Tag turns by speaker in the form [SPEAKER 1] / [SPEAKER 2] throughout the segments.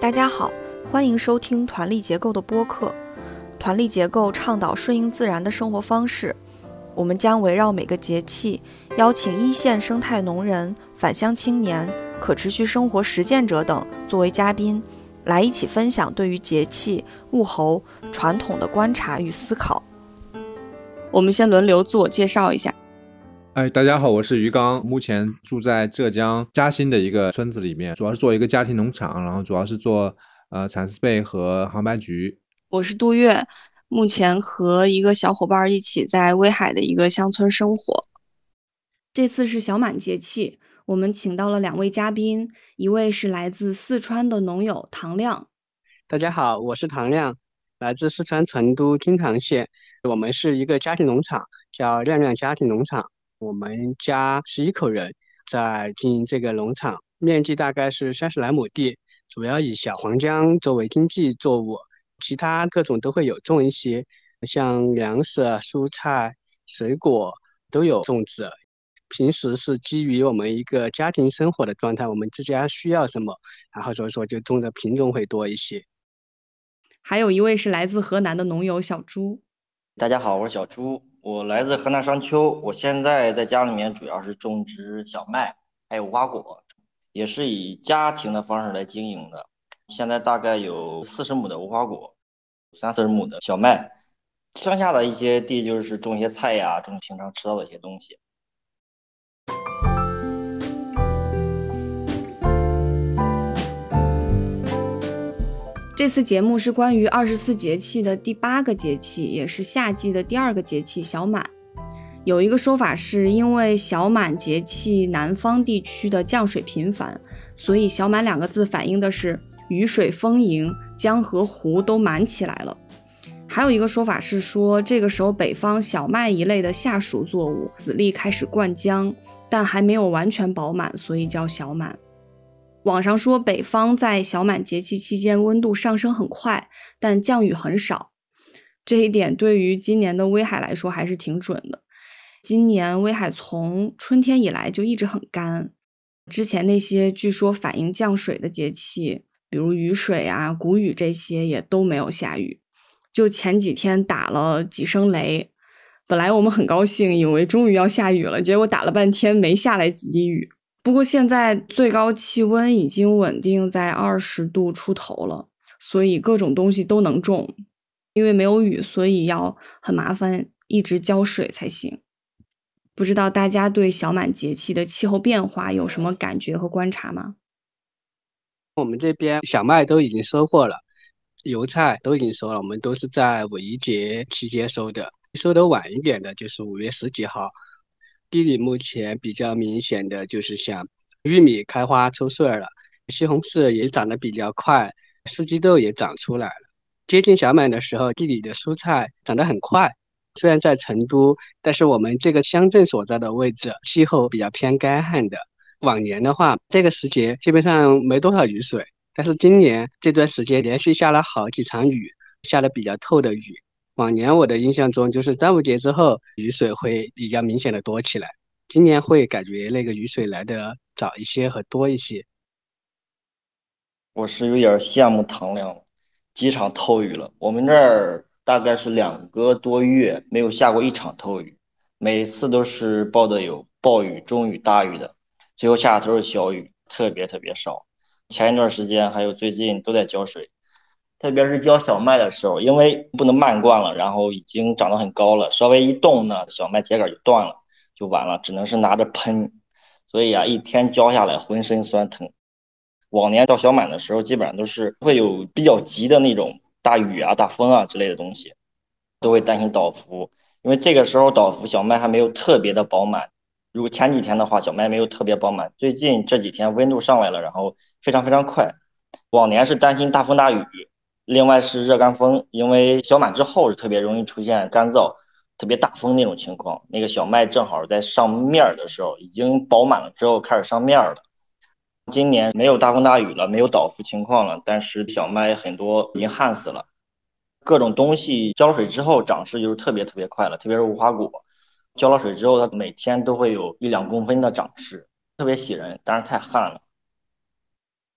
[SPEAKER 1] 大家好，欢迎收听团力结构的播客。团力结构倡导顺应自然的生活方式，我们将围绕每个节气，邀请一线生态农人、返乡青年、可持续生活实践者等作为嘉宾，来一起分享对于节气、物候、传统的观察与思考。
[SPEAKER 2] 我们先轮流自我介绍一下。
[SPEAKER 3] 大家好，我是于刚，目前住在浙江嘉兴的一个村子里面，主要是做一个家庭农场，然后主要是做蚕丝被和杭白菊。
[SPEAKER 2] 我是杜月，目前和一个小伙伴一起在威海的一个乡村生活。
[SPEAKER 1] 这次是小满节气，我们请到了2位嘉宾，一位是来自四川的农友唐亮。
[SPEAKER 4] 大家好，我是唐亮，来自四川成都金堂县，我们是一个家庭农场，叫亮亮家庭农场。我们家11口人在经营这个农场，面积大概是30来亩地，主要以小黄姜作为经济作物，其他各种都会有种一些，像粮食、蔬菜、水果都有种植。平时是基于我们一个家庭生活的状态，我们自家需要什么，然后所以说就种的品种会多一些。
[SPEAKER 1] 还有一位是来自河南的农友小朱。
[SPEAKER 5] 大家好，我是小朱，我来自河南商丘，我现在在家里面主要是种植小麦，还有无花果，也是以家庭的方式来经营的。现在大概有40亩的无花果，30亩的小麦，剩下的一些地就是种一些菜呀，种平常吃到的一些东西。
[SPEAKER 1] 这次节目是关于24节气的第8个节气，也是夏季的第2个节气小满。有一个说法是因为小满节气南方地区的降水频繁，所以小满2个字反映的是雨水丰盈，江河湖都满起来了。还有一个说法是说，这个时候北方小麦一类的夏熟作物籽粒开始灌浆，但还没有完全饱满，所以叫小满。网上说北方在小满节气期间温度上升很快，但降雨很少。这一点对于今年的威海来说还是挺准的。今年威海从春天以来就一直很干，之前那些据说反映降水的节气，比如雨水啊、谷雨这些也都没有下雨。就前几天打了几声雷，本来我们很高兴，以为终于要下雨了，结果打了半天没下来几滴雨。不过现在最高气温已经稳定在20度出头了，所以各种东西都能种。因为没有雨，所以要很麻烦，一直浇水才行。不知道大家对小满节气的气候变化有什么感觉和观察吗？
[SPEAKER 4] 我们这边小麦都已经收获了，油菜都已经收了，我们都是在5·1节期间收的，收得晚一点的就是5月10几号。地里目前比较明显的就是像玉米开花抽穗了，西红柿也长得比较快，四季豆也长出来了。接近小满的时候，地里的蔬菜长得很快。虽然在成都，但是我们这个乡镇所在的位置气候比较偏干旱的。往年的话，这个时节基本上没多少雨水，但是今年这段时间连续下了好几场雨，下了比较透的雨。往年我的印象中就是端午节之后雨水会比较明显的多起来，今年会感觉那个雨水来的早一些和多一些。
[SPEAKER 5] 我是有点羡慕唐亮，几场透雨了。我们这儿大概是2个多月没有下过1场透雨，每次都是报的有暴雨、中雨、大雨的，最后下的都是小雨，特别特别少。前一段时间还有最近都在浇水，特别是浇小麦的时候，因为不能慢灌了，然后已经长得很高了，稍微一动呢，小麦秸秆就断了，就完了，只能是拿着喷。所以啊，一天浇下来浑身酸疼。往年到小满的时候，基本上都是会有比较急的那种大雨啊、大风啊之类的东西，都会担心倒伏，因为这个时候倒伏小麦还没有特别的饱满。如果前几天的话，小麦没有特别饱满，最近这几天温度上来了，然后非常非常快。往年是担心大风大雨，另外是热干风，因为小满之后是特别容易出现干燥、特别大风那种情况。那个小麦正好在上面的时候，已经饱满了之后开始上面了。今年没有大风大雨了，没有倒伏情况了，但是小麦很多已经旱死了。各种东西浇水之后长势就是特别特别快了，特别是无花果，浇了水之后，它每天都会有1-2公分的长势，特别喜人，但是太旱了。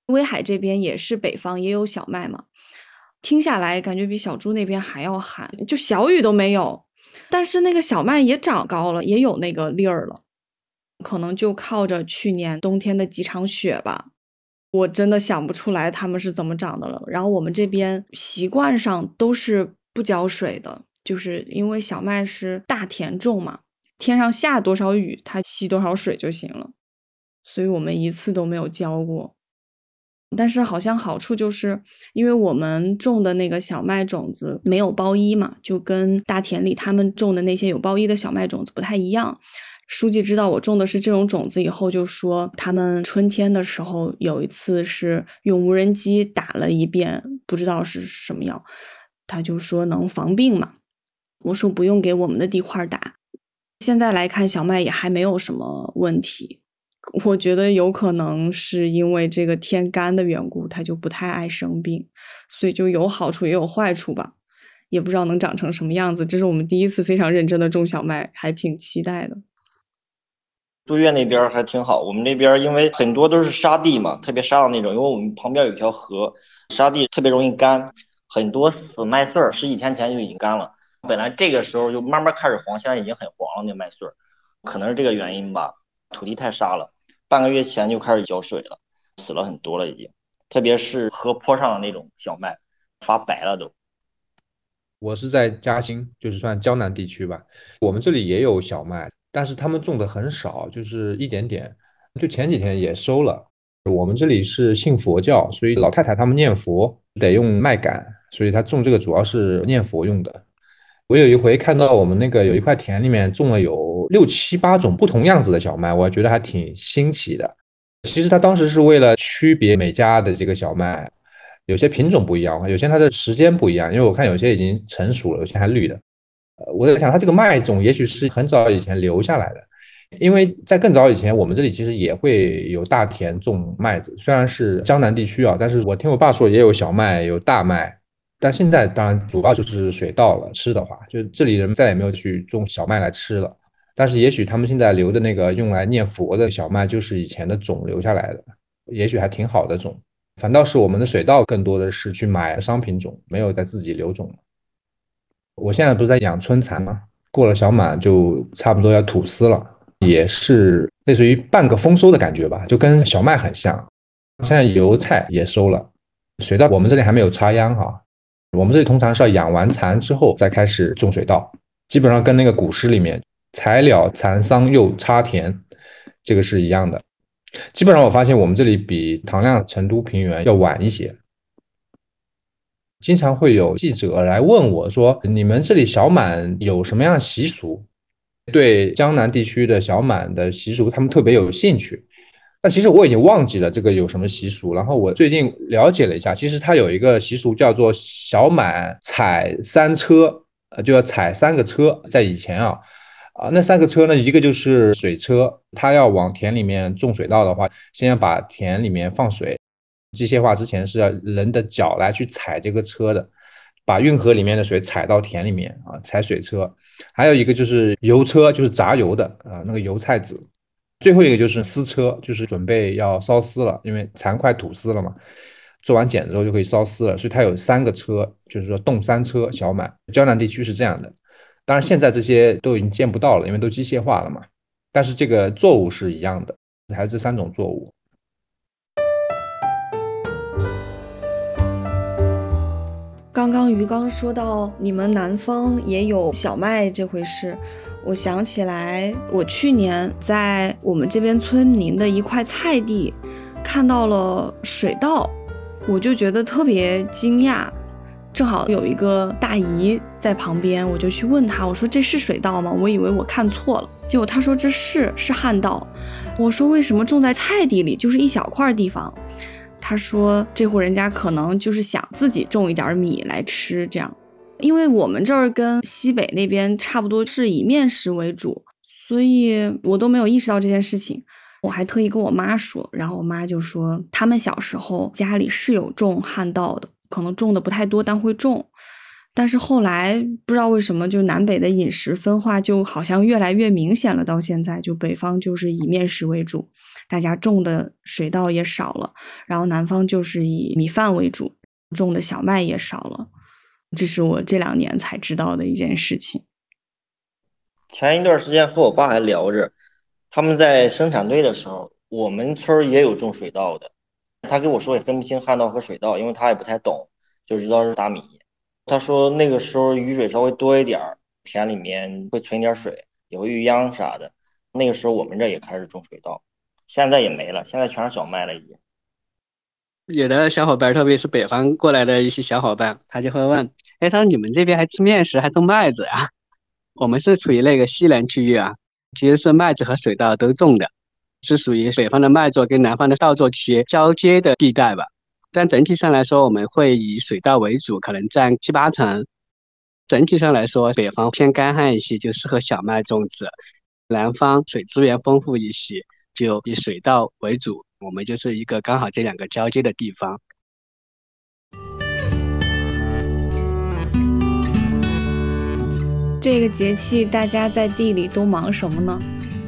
[SPEAKER 1] 威海这边也是北方，也有小麦嘛，听下来感觉比小猪那边还要旱，就小雨都没有，但是那个小麦也长高了，也有那个粒儿了，可能就靠着去年冬天的几场雪吧。我真的想不出来他们是怎么长的了。然后我们这边习惯上都是不浇水的，就是因为小麦是大田种嘛，天上下多少雨它吸多少水就行了，所以我们一次都没有浇过。但是好像好处就是因为我们种的那个小麦种子没有包衣嘛，就跟大田里他们种的那些有包衣的小麦种子不太一样。书记知道我种的是这种种子以后就说，他们春天的时候有一次是用无人机打了一遍，不知道是什么药，他就说能防病嘛。我说不用给我们的地块打。现在来看小麦也还没有什么问题，我觉得有可能是因为这个天干的缘故，它就不太爱生病，所以就有好处也有坏处吧，也不知道能长成什么样子。这是我们第一次非常认真的种小麦，还挺期待的。
[SPEAKER 5] 杜岳那边还挺好，我们那边因为很多都是沙地嘛，特别沙的那种，因为我们旁边有一条河，沙地特别容易干，很多死麦穗儿十几天前就已经干了，本来这个时候就慢慢开始黄，现在已经很黄了，那麦穗儿可能是这个原因吧，土地太沙了，半个月前就开始浇水了，死了很多了已经，特别是河坡上的那种小麦发白了都。
[SPEAKER 3] 我是在嘉兴，就是算江南地区吧，我们这里也有小麦，但是他们种的很少，就是一点点，就前几天也收了。我们这里是信佛教，所以老太太他们念佛得用麦秆，所以他种这个主要是念佛用的。我有一回看到我们那个有一块田里面种了有6、7、8种不同样子的小麦，我觉得还挺新奇的。其实他当时是为了区别每家的这个小麦，有些品种不一样，有些它的时间不一样，因为我看有些已经成熟了，有些还绿的。我在想，它这个麦种也许是很早以前留下来的，因为在更早以前，我们这里其实也会有大田种麦子，虽然是江南地区啊，但是我听我爸说也有小麦，有大麦，但现在当然主要就是水稻了，吃的话，就这里人再也没有去种小麦来吃了。但是也许他们现在留的那个用来念佛的小麦，就是以前的种留下来的，也许还挺好的种。反倒是我们的水稻更多的是去买商品种，没有在自己留种。我现在不是在养春蚕吗？过了小满就差不多要吐丝了，也是类似于半个丰收的感觉吧，就跟小麦很像。现在油菜也收了，水稻我们这里还没有插秧哈，我们这里通常是要养完蚕之后再开始种水稻，基本上跟那个古诗里面才了蚕桑又插田这个是一样的。基本上我发现我们这里比唐亮成都平原要晚一些。经常会有记者来问我说，你们这里小满有什么样的习俗？对江南地区的小满的习俗他们特别有兴趣。但其实我已经忘记了这个有什么习俗，然后我最近了解了一下，其实它有一个习俗叫做小满踩3车，就要踩3个车。在以前那3个车呢，一个就是水车，它要往田里面种水稻的话，先要把田里面放水，机械化之前是要人的脚来去踩这个车的，把运河里面的水踩到田里面踩水车。还有一个就是油车，就是榨油的那个油菜籽。最后一个就是丝车，就是准备要烧丝了，因为蚕快吐丝了嘛，做完茧之后就可以烧丝了，所以它有3个车，就是说动3车小满。江南地区是这样的，当然现在这些都已经见不到了，因为都机械化了嘛，但是这个作物是一样的，还是这3种作物。
[SPEAKER 1] 刚刚于刚说到你们南方也有小麦这回事，我想起来我去年在我们这边村民的一块菜地看到了水稻，我就觉得特别惊讶，正好有一个大姨在旁边，我就去问她，我说这是水稻吗？我以为我看错了，结果她说这是旱稻。我说为什么种在菜地里，就是一小块地方？他说这户人家可能就是想自己种一点米来吃，这样。因为我们这儿跟西北那边差不多是以面食为主，所以我都没有意识到这件事情。我还特意跟我妈说，然后我妈就说他们小时候家里是有种旱稻的，可能种的不太多，但会种。但是后来不知道为什么，就南北的饮食分化就好像越来越明显了，到现在就北方就是以面食为主， 大家种的水稻也少了，然后南方就是以米饭为主，种的小麦也少了。这是我这2年才知道的一件事情。
[SPEAKER 5] 前一段时间和我爸还聊着，他们在生产队的时候，我们村也有种水稻的。他跟我说也分不清旱稻和水稻，因为他也不太懂，就知道是大米。他说那个时候雨水稍微多一点儿，田里面会存点水，也会遇秧啥的。那个时候我们这也开始种水稻，现在也没了，现在全是小麦了已经。
[SPEAKER 4] 有的小伙伴，特别是北方过来的一些小伙伴，他就会问：哎，他说你们这边还吃面食，还种麦子呀？我们是处于那个西南区域啊，其实是麦子和水稻都种的，是属于北方的麦作跟南方的稻作区交接的地带吧。但整体上来说，我们会以水稻为主，可能占7、8成。整体上来说，北方偏干旱一些，就适合小麦种植；南方水资源丰富一些，就以水稻为主。我们就是一个刚好这2个交接的地方。
[SPEAKER 1] 这个节气大家在地里都忙什么呢？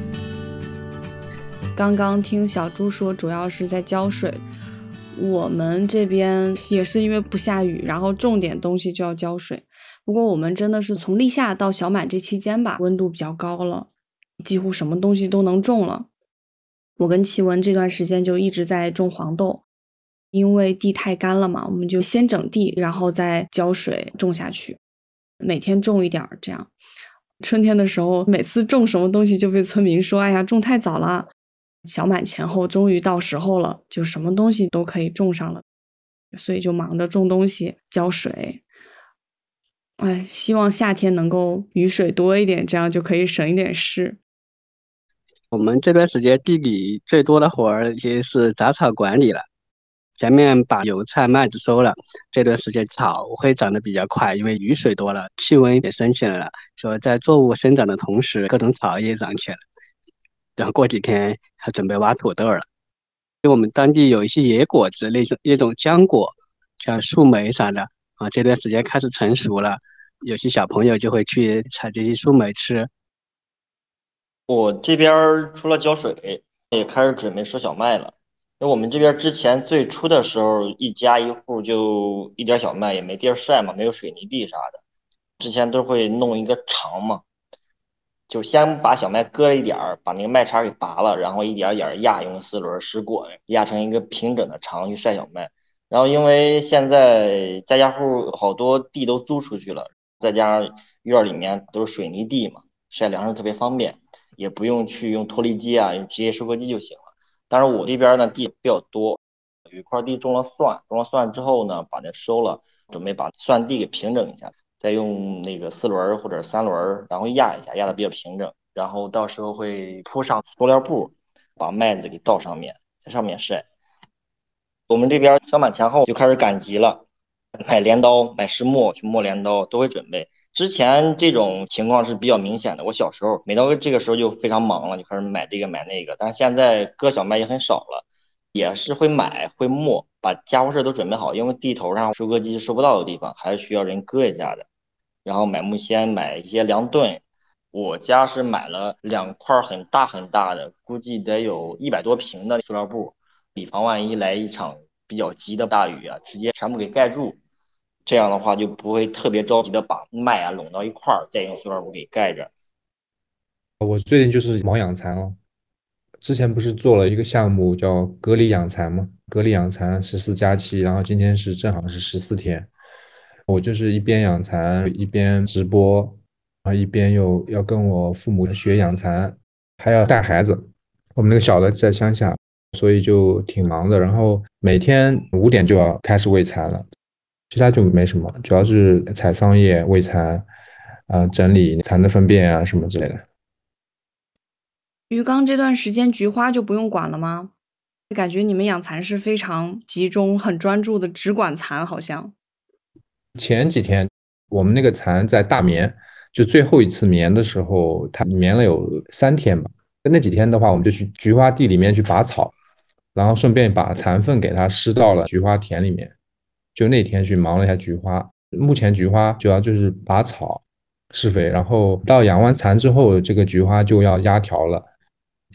[SPEAKER 1] 刚刚听小朱说主要是在浇水，我们这边也是因为不下雨，然后种点东西就要浇水。不过我们真的是从立夏到小满这期间吧，温度比较高了，几乎什么东西都能种了。我跟奇文这段时间就一直在种黄豆，因为地太干了嘛，我们就先整地，然后再浇水种下去，每天种一点这样。春天的时候，每次种什么东西就被村民说，哎呀，种太早了。小满前后终于到时候了，就什么东西都可以种上了，所以就忙着种东西浇水。哎，希望夏天能够雨水多一点，这样就可以省一点事。
[SPEAKER 4] 我们这段时间地里最多的活儿也是杂草管理了。前面把油菜、麦子收了，这段时间草会长得比较快，因为雨水多了，气温也升起来了，说在作物生长的同时，各种草也长起来了。然后过几天还准备挖土豆了。因为我们当地有一些野果子，那种浆果，像树莓啥的啊，这段时间开始成熟了，有些小朋友就会去采这些树莓吃。
[SPEAKER 5] 我这边除了浇水，也开始准备收小麦了。因为我们这边之前最初的时候，一家一户就一点小麦，也没地儿晒嘛，没有水泥地啥的。之前都会弄一个场嘛，就先把小麦割了一点儿，把那个麦茬给拔了，然后一点点压，用4轮石滚压成一个平整的场去晒小麦。然后因为现在家家户好多地都租出去了，再加上院里面都是水泥地嘛，晒粮食特别方便，也不用去用脱粒机啊，用机械收割机就行了。但是我这边呢地比较多，有一块地种了蒜，种了蒜之后呢，把它收了，准备把蒜地给平整一下。再用那个4轮或者3轮，然后压一下，压的比较平整，然后到时候会铺上塑料布，把麦子给倒上面，在上面晒。我们这边小满前后就开始赶集了，买镰刀、买石磨去磨镰刀都会准备。之前这种情况是比较明显的，我小时候每到这个时候就非常忙了，就开始买这个买那个。但是现在割小麦也很少了，也是会买会磨，把家伙事都准备好，因为地头上收割机收不到的地方还是需要人割一下的。然后买木锨，买一些粮盾。我家是买了2块很大很大的，估计得有100多平的塑料布，以防万一来一场比较急的大雨啊，直接全部给盖住。这样的话就不会特别着急的把麦啊拢到一块儿，再用塑料布给盖着。
[SPEAKER 3] 我最近就是忙养蚕了。之前不是做了一个项目叫隔离养蚕吗？隔离养蚕14+7，然后今天是正好是14天。我就是一边养蚕一边直播，然后一边又要跟我父母学养蚕，还要带孩子。我们那个小的在乡下，所以就挺忙的。然后每天5点就要开始喂蚕了，其他就没什么，主要是采桑叶、喂蚕，整理蚕的粪便啊什么之类的。
[SPEAKER 1] 鱼缸这段时间菊花就不用管了吗？感觉你们养蚕是非常集中、很专注的，只管蚕好像。
[SPEAKER 3] 前几天我们那个蚕在大眠，就最后一次眠的时候，它眠了有3天吧。那几天的话，我们就去菊花地里面去拔草，然后顺便把蚕粪给它施到了菊花田里面。就那天去忙了一下菊花。目前菊花主要就是拔草、施肥，然后到养完蚕之后，这个菊花就要压条了。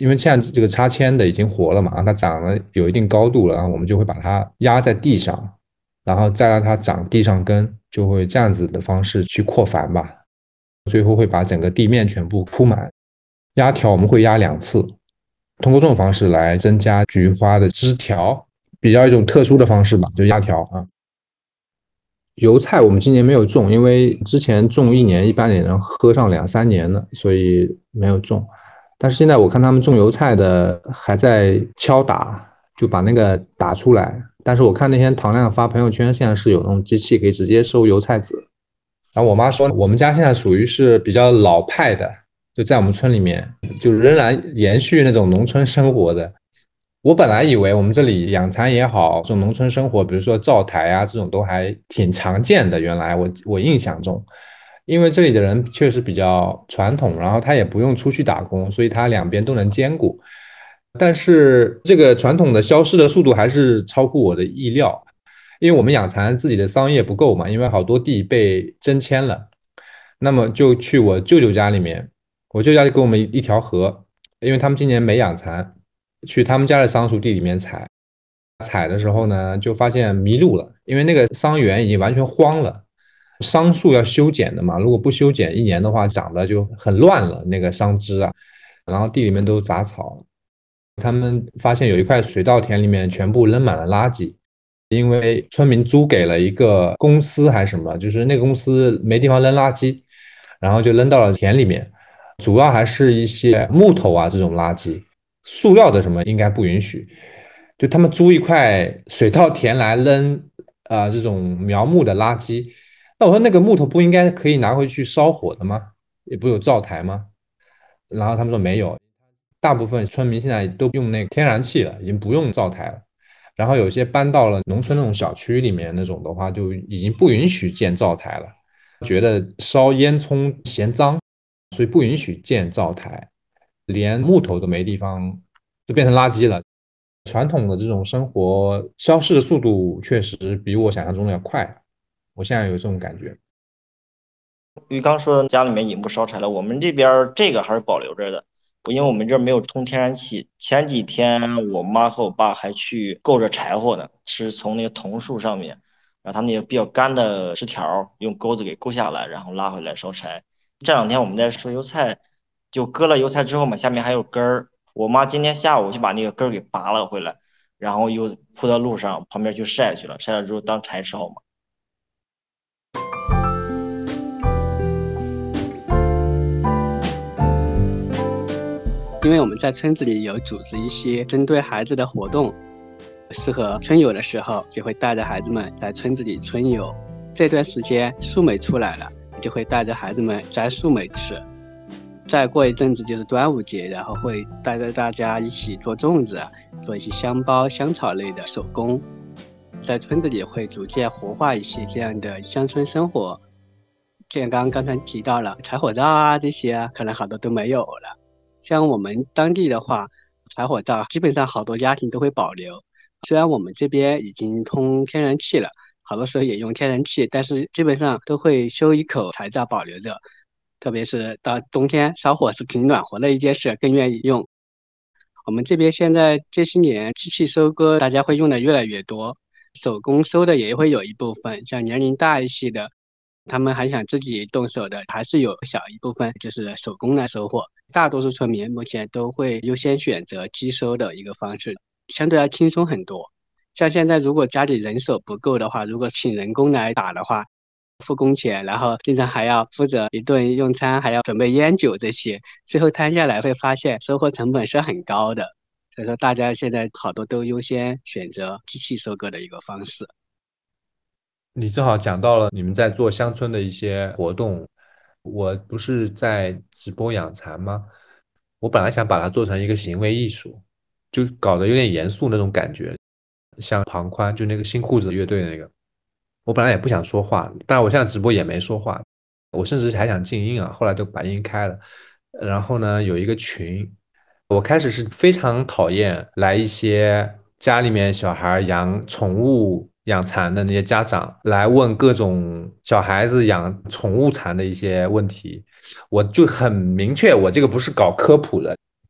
[SPEAKER 3] 因为现在这个插铅的已经活了嘛，它长了有一定高度了，然后我们就会把它压在地上，然后再让它长地上根，就会这样子的方式去扩繁吧，最后会把整个地面全部铺满。压条我们会压2次，通过这种方式来增加菊花的枝条，比较一种特殊的方式吧，就压条啊。油菜我们今年没有种，因为之前种1年一般也能喝上2、3年了，所以没有种。但是现在我看他们种油菜的还在敲打，就把那个打出来。但是我看那天唐亮发朋友圈，现在是有那种机器可以直接收油菜籽。然后我妈说，我们家现在属于是比较老派的，就在我们村里面，就仍然延续那种农村生活的。我本来以为我们这里养蚕也好，这种农村生活，比如说灶台啊这种都还挺常见的。原来我印象中，因为这里的人确实比较传统，然后他也不用出去打工，所以他两边都能兼顾。但是这个传统的消失的速度还是超乎我的意料，因为我们养蚕自己的桑叶不够嘛，因为好多地被征迁了，那么就去我舅舅家里面，我舅舅家就给我们一条河，因为他们今年没养蚕，去他们家的桑树地里面采的时候呢，就发现迷路了，因为那个桑园已经完全荒了。桑树要修剪的嘛，如果不修剪1年的话，长得就很乱了，那个桑枝啊，然后地里面都杂草。他们发现有一块水稻田里面全部扔满了垃圾，因为村民租给了一个公司还是什么，就是那个公司没地方扔垃圾，然后就扔到了田里面，主要还是一些木头啊这种垃圾，塑料的什么应该不允许。就他们租一块水稻田来扔这种苗木的垃圾，那我说那个木头不应该可以拿回去烧火的吗？也不有灶台吗？然后他们说没有，大部分村民现在都用那个天然气了，已经不用灶台了。然后有些搬到了农村那种小区里面那种的话，就已经不允许建灶台了，觉得烧烟囱嫌脏，所以不允许建灶台，连木头都没地方，就变成垃圾了。传统的这种生活消逝的速度确实比我想象中的要快，我现在有这种感觉。
[SPEAKER 5] 玉刚说家里面引木烧柴了，我们这边这个还是保留着的，因为我们这儿没有通天然气。前几天我妈和我爸还去够着柴火呢，是从那个桐树上面，然后他那个比较干的枝条用钩子给勾下来，然后拉回来烧柴。这2天我们在收油菜，就割了油菜之后嘛，下面还有根儿，我妈今天下午就把那个根儿给拔了回来，然后又铺到路上旁边去晒去了，晒了之后当柴烧嘛。
[SPEAKER 4] 因为我们在村子里有组织一些针对孩子的活动，适合春游的时候就会带着孩子们在村子里春游。这段时间树莓出来了，就会带着孩子们摘树莓吃。再过一阵子就是端午节，然后会带着大家一起做粽子，做一些香包、香草类的手工。在村子里会逐渐活化一些这样的乡村生活。像刚才提到了柴火灶啊，这些可能好多都没有了。像我们当地的话，柴火灶基本上好多家庭都会保留。虽然我们这边已经通天然气了，好多时候也用天然气，但是基本上都会修一口柴灶保留着。特别是到冬天烧火是挺暖和的一件事，更愿意用。我们这边现在这些年机器收割大家会用的越来越多，手工收的也会有一部分，像年龄大一些的，他们还想自己动手的，还是有小一部分就是手工来收获。大多数村民目前都会优先选择机收的一个方式，相对要轻松很多。像现在如果家里人手不够的话，如果请人工来打的话，付工钱，然后经常还要负责一顿用餐，还要准备烟酒这些，最后摊下来会发现收获成本是很高的。所以说大家现在好多都优先选择机器收割的一个方式。
[SPEAKER 3] 你正好讲到了你们在做乡村的一些活动，我不是在直播养蚕吗？我本来想把它做成一个行为艺术，就搞得有点严肃那种感觉，像庞宽就那个新裤子乐队的那个，我本来也不想说话，但我现在直播也没说话，我甚至还想静音啊，后来都把音开了。然后呢，有一个群，我开始是非常讨厌来一些家里面小孩养宠物养蚕的那些家长来问各种小孩子养宠物蚕的一些问题，我就很明确，我这个不是搞科普的，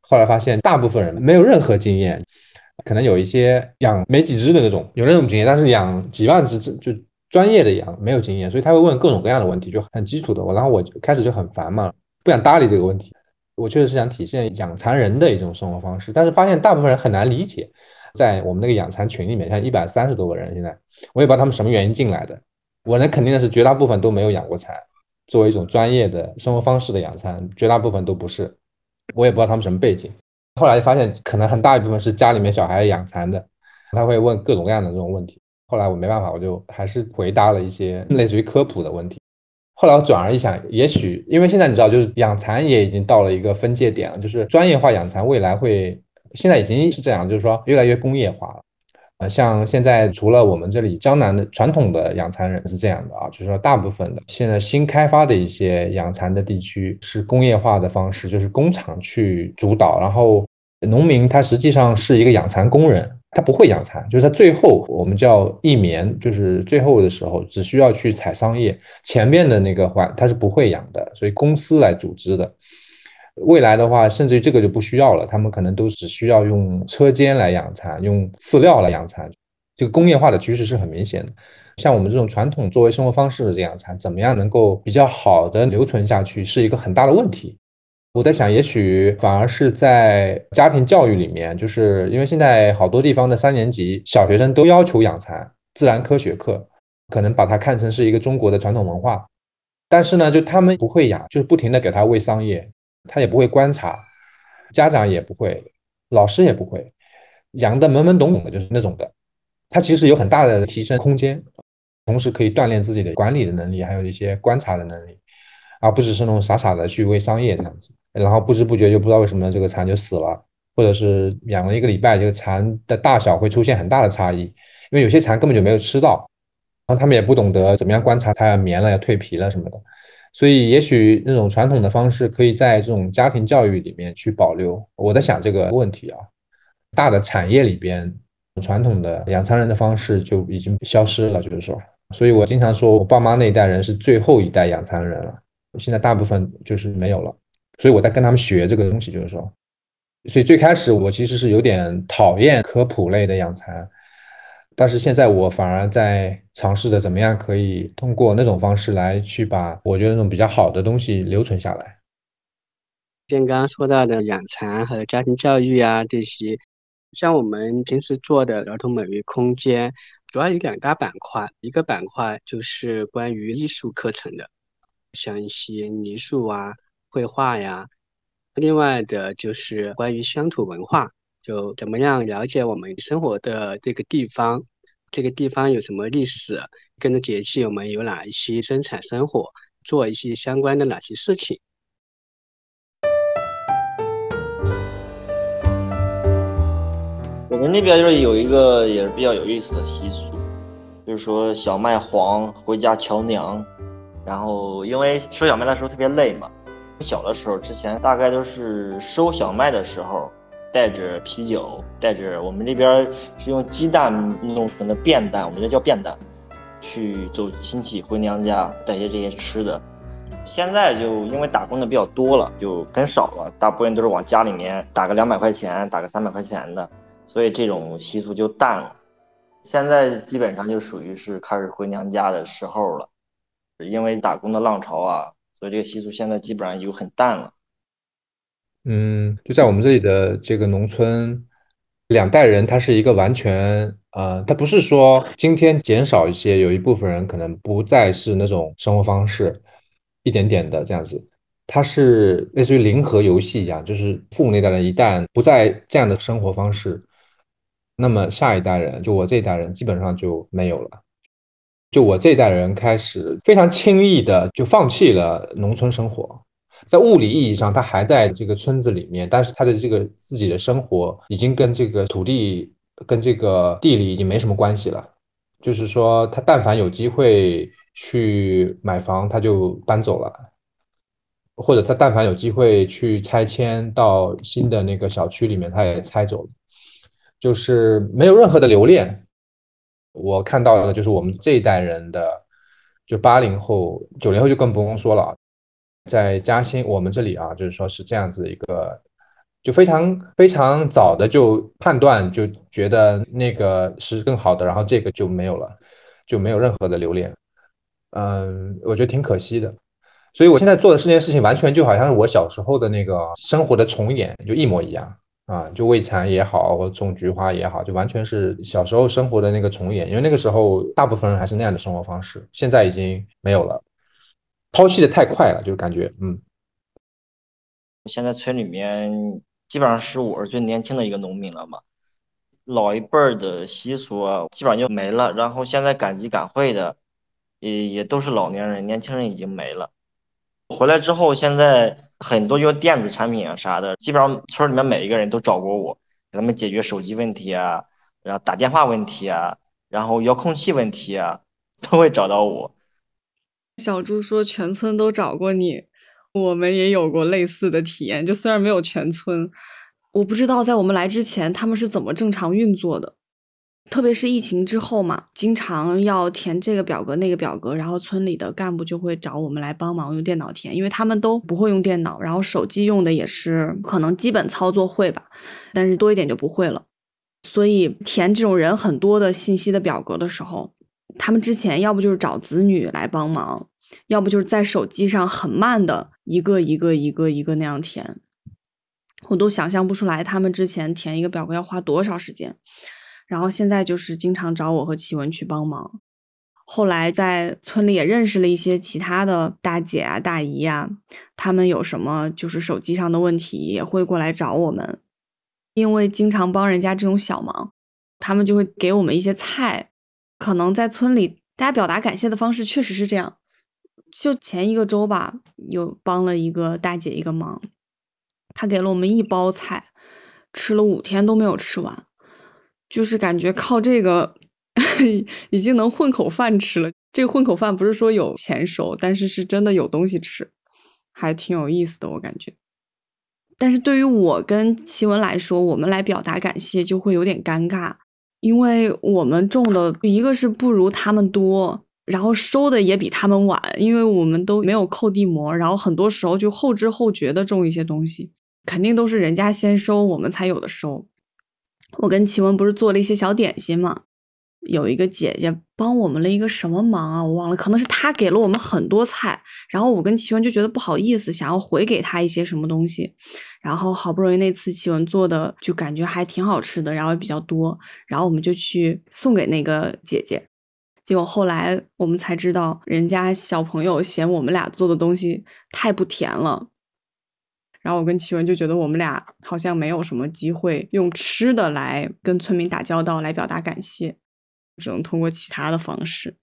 [SPEAKER 3] 后来发现大部分人没有任何经验，可能有一些养没几只的那种有那种经验，但是养几万只就专业的养没有经验，所以他会问各种各样的问题，就很基础的。然后我开始就很烦嘛，不想搭理这个问题。我确实是想体现养蚕人的一种生活方式，但是发现大部分人很难理解。在我们那个养蚕群里面，像130多个人，现在我也不知道他们什么原因进来的。我能肯定的是，绝大部分都没有养过蚕，作为一种专业的生活方式的养蚕，绝大部分都不是。我也不知道他们什么背景。后来发现，可能很大一部分是家里面小孩养蚕的，他会问各种各样的这种问题。后来我没办法，我就还是回答了一些类似于科普的问题。后来我转而一想，也许因为现在你知道，就是养蚕也已经到了一个分界点了，就是专业化养蚕未来会，现在已经是这样，就是说越来越工业化了。像现在除了我们这里江南的传统的养蚕人是这样的啊，就是说大部分的现在新开发的一些养蚕的地区是工业化的方式，就是工厂去主导，然后农民他实际上是一个养蚕工人，他不会养蚕，就是他最后我们叫一棉，就是最后的时候只需要去采桑叶，前面的那个环他是不会养的，所以公司来组织的。未来的话，甚至于这个就不需要了，他们可能都只需要用车间来养蚕，用饲料来养蚕。这个工业化的趋势是很明显的。像我们这种传统作为生活方式的这养蚕，怎么样能够比较好的留存下去，是一个很大的问题。我在想，也许反而是在家庭教育里面，就是因为现在好多地方的3年级小学生都要求养蚕，自然科学课，可能把它看成是一个中国的传统文化。但是呢，就他们不会养，就是不停的给他喂桑叶，他也不会观察，家长也不会，老师也不会，养的懵懵懂懂的，就是那种的。他其实有很大的提升空间，同时可以锻炼自己的管理的能力，还有一些观察的能力，而不只是那种傻傻的去喂桑叶这样子，然后不知不觉就不知道为什么这个蚕就死了，或者是养了1个礼拜，这个蚕的大小会出现很大的差异，因为有些蚕根本就没有吃到，然后他们也不懂得怎么样观察它要棉了要蜕皮了什么的。所以也许那种传统的方式可以在这种家庭教育里面去保留。我在想这个问题啊，大的产业里边传统的养蚕人的方式就已经消失了，就是说，所以我经常说我爸妈那一代人是最后一代养蚕人了，现在大部分就是没有了，所以我在跟他们学这个东西，就是说，所以最开始我其实是有点讨厌科普类的养蚕，但是现在我反而在尝试着怎么样可以通过那种方式来去把我觉得那种比较好的东西留存下来。
[SPEAKER 4] 像刚刚说到的养蚕和家庭教育啊这些，像我们平时做的儿童美育空间，主要有2大板块，一个板块就是关于艺术课程的，像一些泥塑啊、绘画呀，另外的就是关于乡土文化，就怎么样了解我们生活的这个地方，这个地方有什么历史，跟着节气我们有哪一些生产生活，做一些相关的哪些事情。
[SPEAKER 5] 我们那边就是有一个也是比较有意思的习俗，就是说小麦黄回家瞧娘，然后因为收小麦的时候特别累嘛，小的时候之前大概都是收小麦的时候带着啤酒，带着我们这边是用鸡蛋弄成的便蛋，我们这叫便蛋，去走亲戚回娘家带些这些吃的。现在就因为打工的比较多了，就很少了，大部分都是往家里面打个200块钱，打个300块钱的，所以这种习俗就淡了。现在基本上就属于是开始回娘家的时候了，因为打工的浪潮啊，所以这个习俗现在基本上就很淡了。
[SPEAKER 3] 就在我们这里的这个农村，2代人他是一个完全他不是说今天减少一些，有一部分人可能不再是那种生活方式，一点点的这样子，它是类似于零和游戏一样，就是父母那代人一旦不再这样的生活方式，那么下一代人，就我这一代人基本上就没有了。就我这一代人开始非常轻易的就放弃了农村生活，在物理意义上他还在这个村子里面，但是他的这个自己的生活已经跟这个土地跟这个地理已经没什么关系了，就是说他但凡有机会去买房他就搬走了，或者他但凡有机会去拆迁到新的那个小区里面他也拆走了，就是没有任何的留恋。我看到的就是我们这一代人的，就80后、90后就更不用说了，在嘉兴我们这里啊，就是说是这样子一个就非常非常早的就判断，就觉得那个是更好的，然后这个就没有了，就没有任何的留恋。我觉得挺可惜的。所以我现在做的这件事情，完全就好像是我小时候的那个生活的重演，就一模一样啊！就喂蚕也好，或者种菊花也好，就完全是小时候生活的那个重演。因为那个时候大部分人还是那样的生活方式，现在已经没有了，抛弃的太快了，就感觉
[SPEAKER 5] 现在村里面基本上是我是最年轻的一个农民了嘛，老一辈儿的习俗啊，基本上就没了。然后现在赶集赶会的，也都是老年人，年轻人已经没了。回来之后，现在很多就是电子产品啊啥的，基本上村里面每一个人都找过我，给他们解决手机问题啊，然后打电话问题啊，然后遥控器问题啊，都会找到我。
[SPEAKER 1] 小猪说全村都找过你，我们也有过类似的体验，就虽然没有全村，我不知道在我们来之前他们是怎么正常运作的。特别是疫情之后嘛，经常要填这个表格那个表格，然后村里的干部就会找我们来帮忙用电脑填，因为他们都不会用电脑，然后手机用的也是可能基本操作会吧，但是多一点就不会了。所以填这种人很多的信息的表格的时候，他们之前要不就是找子女来帮忙，要不就是在手机上很慢的一个一个一个一个那样填，我都想象不出来他们之前填一个表格要花多少时间。然后现在就是经常找我和奇文去帮忙。后来在村里也认识了一些其他的大姐啊、大姨啊，他们有什么就是手机上的问题也会过来找我们，因为经常帮人家这种小忙，他们就会给我们一些菜。可能在村里大家表达感谢的方式确实是这样。就前一个周吧，有帮了一个大姐一个忙，她给了我们一包菜，吃了5天都没有吃完。就是感觉靠这个已经能混口饭吃了。这个混口饭不是说有钱收，但是是真的有东西吃，还挺有意思的我感觉。但是对于我跟奇文来说，我们来表达感谢就会有点尴尬，因为我们种的一个是不如他们多，然后收的也比他们晚，因为我们都没有扣地膜，然后很多时候就后知后觉的种一些东西，肯定都是人家先收我们才有的收。我跟奇文不是做了一些小点心嘛，有一个姐姐帮我们了一个什么忙啊，我忘了，可能是她给了我们很多菜，然后我跟奇文就觉得不好意思，想要回给她一些什么东西，然后好不容易那次奇文做的就感觉还挺好吃的，然后也比较多，然后我们就去送给那个姐姐。结果后来我们才知道，人家小朋友嫌我们俩做的东西太不甜了，然后我跟奇文就觉得我们俩好像没有什么机会用吃的来跟村民打交道，来表达感谢，只能通过其他的方式。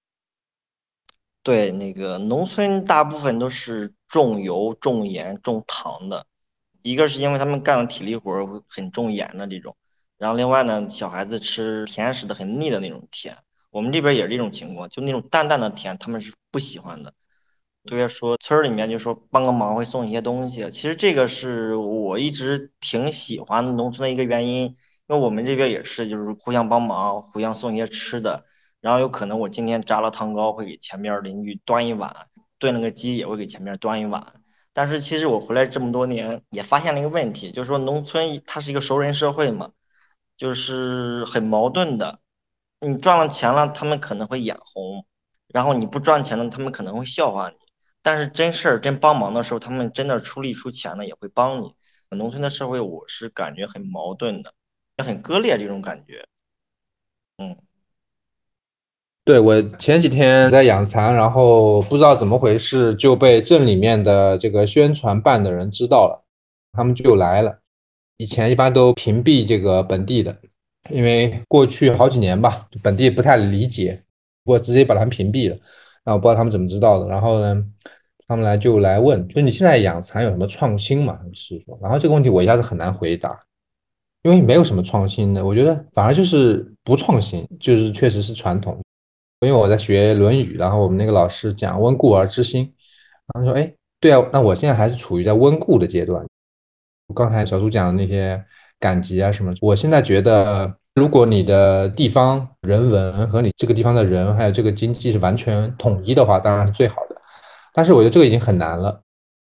[SPEAKER 5] 对，那个农村大部分都是重油、重盐、重糖的，一个是因为他们干的体力活儿会很重盐的这种，然后另外呢，小孩子吃甜食的很腻的那种甜，我们这边也是这种情况，就那种淡淡的甜，他们是不喜欢的。对，说村儿里面就说帮个忙会送一些东西，其实这个是我一直挺喜欢农村的一个原因，因为我们这边也是就是互相帮忙，互相送一些吃的，然后有可能我今天炸了糖糕会给前面邻居端一碗，炖了个鸡也会给前面端一碗。但是其实我回来这么多年也发现了一个问题，就是说农村它是一个熟人社会嘛，就是很矛盾的，你赚了钱了，他们可能会眼红，然后你不赚钱了，他们可能会笑话你。但是真事儿、真帮忙的时候，他们真的出力出钱的也会帮你。农村的社会，我是感觉很矛盾的，也很割裂这种感觉。嗯。
[SPEAKER 3] 对，我前几天在养蚕，然后不知道怎么回事就被镇里面的这个宣传办的人知道了，他们就来了。以前一般都屏蔽这个本地的，因为过去好几年吧，本地不太理解，我直接把他们屏蔽了。然后不知道他们怎么知道的。然后呢，他们就来问，就你现在养蚕有什么创新嘛？是说，然后这个问题我一下子很难回答，因为没有什么创新的，我觉得反而就是不创新，就是确实是传统。因为我在学《论语》，然后我们那个老师讲温故而知新，然后说，哎，对啊，那我现在还是处于在温故的阶段。刚才小苏讲的那些赶集啊什么，我现在觉得，如果你的地方人文和你这个地方的人还有这个经济是完全统一的话，当然是最好的。但是我觉得这个已经很难了，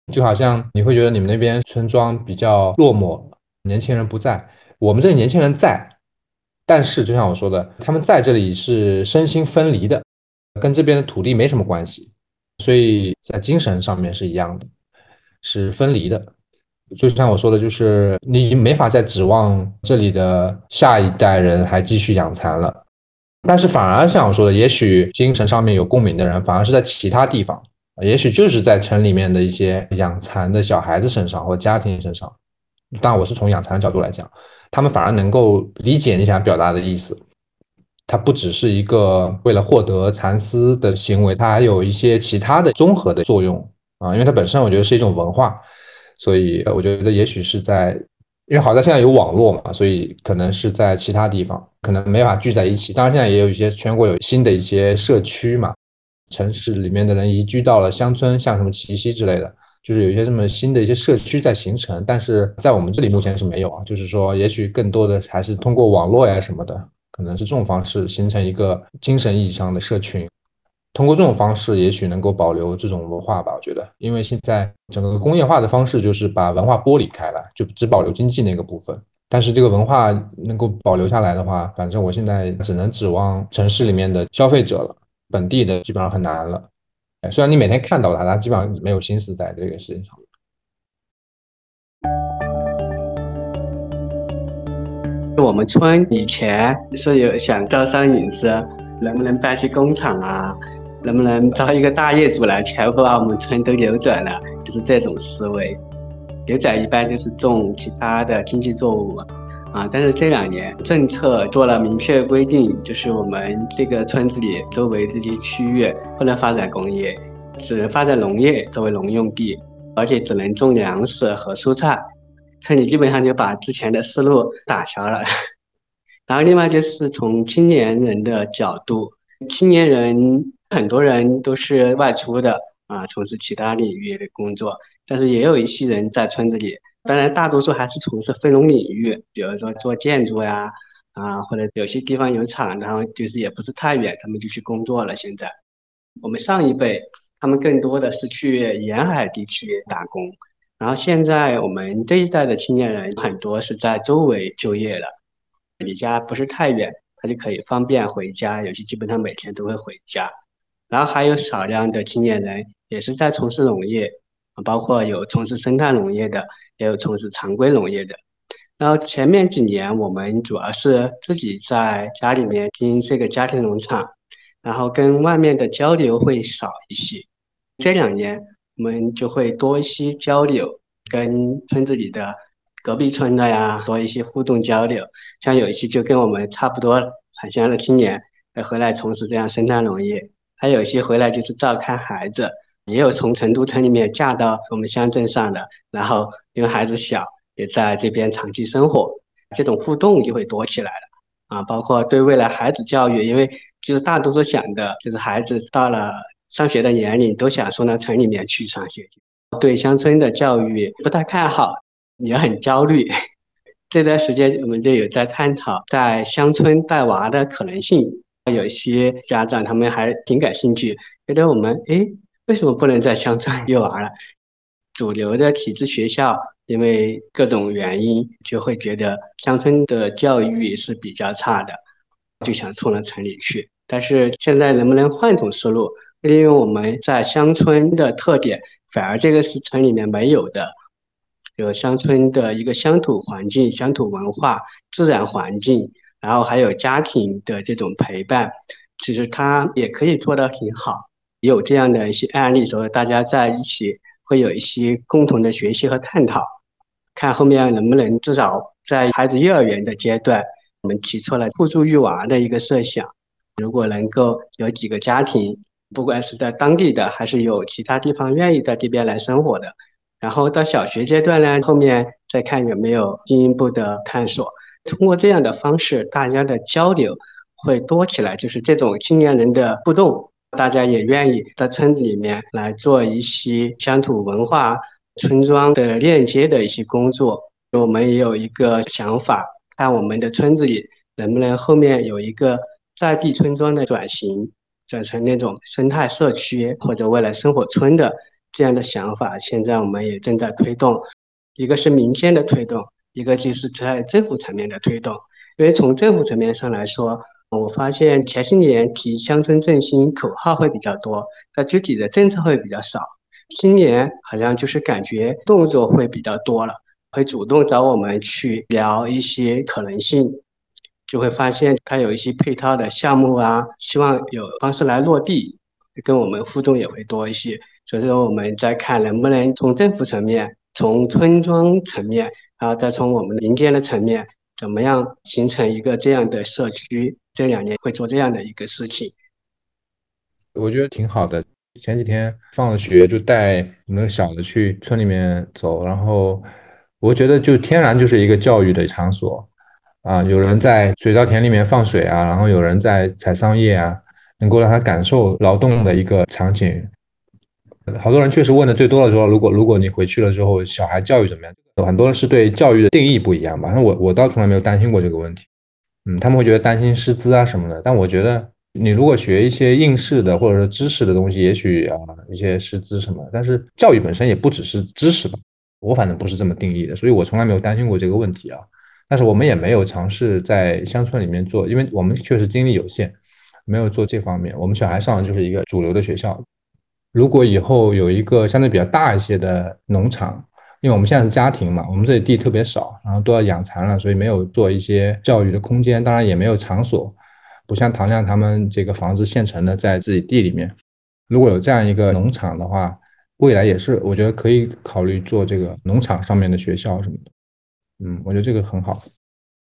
[SPEAKER 3] 就好像你会觉得你们那边村庄比较落寞，年轻人不在，我们这里年轻人在，但是就像我说的，他们在这里是身心分离的，跟这边的土地没什么关系，所以在精神上面是一样的，是分离的。就像我说的，就是你已经没法再指望这里的下一代人还继续养蚕了。但是反而像我说的，也许精神上面有共鸣的人，反而是在其他地方，也许就是在城里面的一些养蚕的小孩子身上或家庭身上。当然，我是从养蚕的角度来讲，他们反而能够理解你想表达的意思。它不只是一个为了获得蚕丝的行为，它还有一些其他的综合的作用啊，因为它本身我觉得是一种文化，所以我觉得也许是在，因为好在现在有网络嘛，所以可能是在其他地方可能没法聚在一起。当然，现在也有一些全国有新的一些社区嘛，城市里面的人移居到了乡村，像什么齐溪之类的，就是有一些这么新的一些社区在形成。但是在我们这里目前是没有啊，就是说也许更多的还是通过网络呀什么的。可能是这种方式形成一个精神意义上的社群，通过这种方式也许能够保留这种文化吧，我觉得，因为现在整个工业化的方式就是把文化剥离开来，就只保留经济那个部分。但是这个文化能够保留下来的话，反正我现在只能指望城市里面的消费者了，本地的基本上很难了。虽然你每天看到他基本上没有心思在这个事情上。
[SPEAKER 4] 我们村以前是有想招商引资，能不能办起工厂啊，能不能招一个大业主来全部把我们村都扭转了，就是这种思维。扭转一般就是种其他的经济作物啊，但是这2年政策做了明确规定，就是我们这个村子里周围这些区域不能发展工业，只能发展农业作为农用地，而且只能种粮食和蔬菜。村里基本上就把之前的思路打消了。然后另外就是从青年人的角度，青年人很多人都是外出的啊，从事其他领域的工作，但是也有一些人在村子里，当然大多数还是从事非农领域，比如说做建筑呀，啊，或者有些地方有厂，然后就是也不是太远，他们就去工作了。现在我们上一辈，他们更多的是去沿海地区打工，然后现在我们这一代的青年人很多是在周围就业了。离家不是太远，他就可以方便回家，有些基本上每天都会回家。然后还有少量的青年人也是在从事农业，包括有从事生态农业的，也有从事常规农业的。然后前面几年我们主要是自己在家里面经营这个家庭农场，然后跟外面的交流会少一些。这2年我们就会多一些交流，跟村子里的隔壁村的呀多一些互动交流。像有一些就跟我们差不多很像的青年，回来从事这样生态农业，还有一些回来就是照看孩子，也有从成都村里面嫁到我们乡镇上的，然后因为孩子小，也在这边长期生活，这种互动就会多起来了啊。包括对未来孩子教育，因为其实大多数想的就是孩子到了上学的年龄，都想送到城里面去上学，对乡村的教育不太看好，也很焦虑。这段时间我们就有在探讨在乡村带娃的可能性，有一些家长他们还挺感兴趣，觉得我们为什么不能在乡村幼儿了？主流的体制学校因为各种原因就会觉得乡村的教育是比较差的，就想冲到城里去。但是现在能不能换种思路，利用我们在乡村的特点，反而这个是城里面没有的，有乡村的一个乡土环境、乡土文化、自然环境，然后还有家庭的这种陪伴，其实它也可以做得挺好。也有这样的一些案例，说大家在一起会有一些共同的学习和探讨，看后面能不能至少在孩子幼儿园的阶段，我们提出了互助育娃的一个设想。如果能够有几个家庭，不管是在当地的，还是有其他地方愿意在这边来生活的，然后到小学阶段呢，后面再看有没有进一步的探索。通过这样的方式，大家的交流会多起来，就是这种青年人的互动，大家也愿意在村子里面来做一些乡土文化、村庄的链接的一些工作。我们也有一个想法，看我们的村子里能不能后面有一个在地村庄的转型，转成那种生态社区或者未来生活村的这样的想法，现在我们也正在推动，一个是民间的推动，一个就是在政府层面的推动。因为从政府层面上来说，我发现前些年提乡村振兴口号会比较多，但具体的政策会比较少。今年好像就是感觉动作会比较多了，会主动找我们去聊一些可能性，就会发现它有一些配套的项目啊，希望有方式来落地，跟我们互动也会多一些。所以说我们在看能不能从政府层面、从村庄层面，然后再从我们民间的层面，怎么样形成一个这样的社区。这2年会做这样的一个事情。
[SPEAKER 3] 我觉得挺好的。前几天放了学，就带那个小的去村里面走，然后我觉得就天然就是一个教育的场所啊，有人在水稻田里面放水啊，然后有人在采桑叶啊，能够让他感受劳动的一个场景。好多人确实问的最多的说，如果你回去了之后，小孩教育怎么样？很多人是对教育的定义不一样吧。那我倒从来没有担心过这个问题。他们会觉得担心师资啊什么的，但我觉得你如果学一些应试的或者是知识的东西，也许一些师资什么，但是教育本身也不只是知识吧，我反正不是这么定义的，所以我从来没有担心过这个问题啊。但是我们也没有尝试在乡村里面做，因为我们确实精力有限，没有做这方面。我们小孩上的就是一个主流的学校，如果以后有一个相对比较大一些的农场，因为我们现在是家庭嘛，我们这里地特别少，然后都要养蚕了，所以没有做一些教育的空间，当然也没有场所，不像唐亮他们这个房子现成的在自己地里面。如果有这样一个农场的话，未来也是我觉得可以考虑做这个农场上面的学校什么的。我觉得这个很好。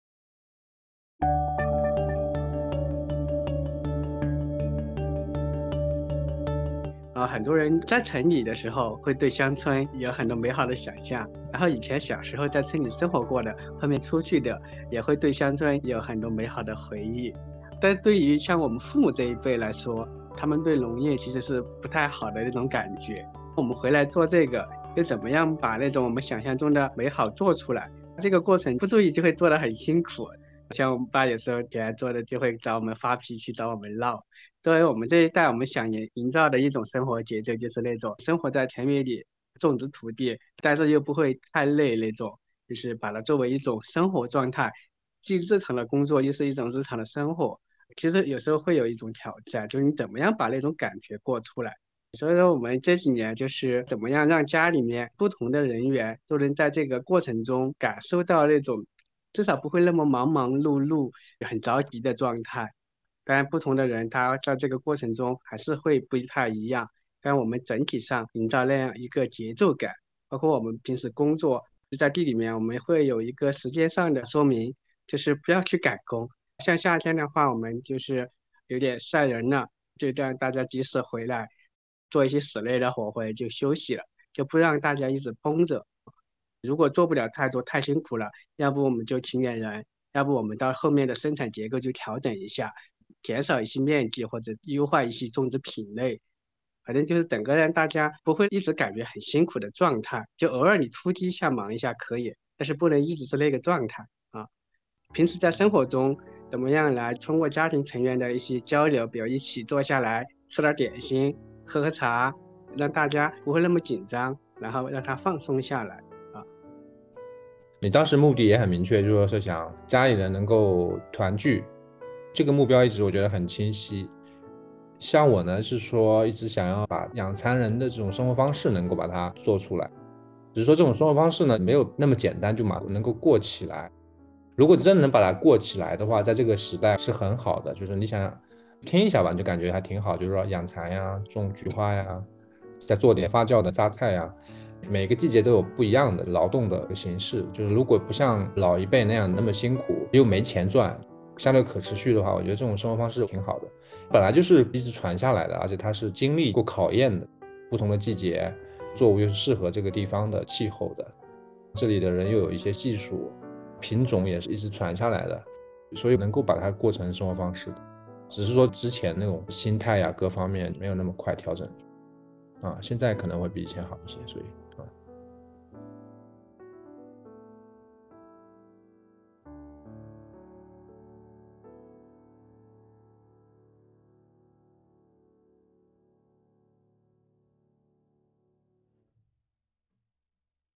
[SPEAKER 4] 很多人在城里的时候会对乡村有很多美好的想象，然后以前小时候在村里生活过的，后面出去的也会对乡村有很多美好的回忆。但对于像我们父母这一辈来说，他们对农业其实是不太好的那种感觉。我们回来做这个，又怎么样把那种我们想象中的美好做出来？这个过程不注意就会做得很辛苦。像我们爸有时候给他做的，就会找我们发脾气，找我们闹。作为我们这一代，我们想营造的一种生活节奏，就是那种生活在田园里种植土地，但是又不会太累那种，就是把它作为一种生活状态，既日常的工作又是一种日常的生活。其实有时候会有一种挑战，就是你怎么样把那种感觉过出来。所以说，我们这几年就是怎么样让家里面不同的人员都能在这个过程中感受到那种至少不会那么忙忙碌碌、很着急的状态。当然，不同的人他在这个过程中还是会不太一样，但我们整体上营造那样一个节奏感，包括我们平时工作在地里面，我们会有一个时间上的说明，就是不要去赶工。像夏天的话，我们就是有点晒人了，就让大家及时回来，做一些室内的活或者就休息了，就不让大家一直绷着。如果做不了太多太辛苦了，要不我们就请点人，要不我们到后面的生产结构就调整一下，减少一些面积或者优化一些种植品类，反正就是整个让大家不会一直感觉很辛苦的状态，就偶尔你突击一下忙一下可以，但是不能一直是那个状态啊。平时在生活中怎么样来通过家庭成员的一些交流，比如一起坐下来吃点点心，喝喝茶，让大家不会那么紧张，然后让他放松下来。
[SPEAKER 3] 你当时目的也很明确，就是说是想家里人能够团聚，这个目标一直我觉得很清晰。像我呢是说一直想要把养蚕人的这种生活方式能够把它做出来，只是说这种生活方式呢没有那么简单就马上能够过起来。如果真能把它过起来的话，在这个时代是很好的，就是你想听一下吧，你就感觉还挺好，就是说养蚕呀、种菊花呀，再做点发酵的榨菜呀，每个季节都有不一样的劳动的形式。就是如果不像老一辈那样那么辛苦又没钱赚，相对可持续的话，我觉得这种生活方式挺好的，本来就是一直传下来的，而且它是经历过考验的，不同的季节作物又是适合这个地方的气候的，这里的人又有一些技术，品种也是一直传下来的，所以能够把它过成生活方式的，只是说之前那种心态呀各方面没有那么快调整啊，现在可能会比以前好一些，所以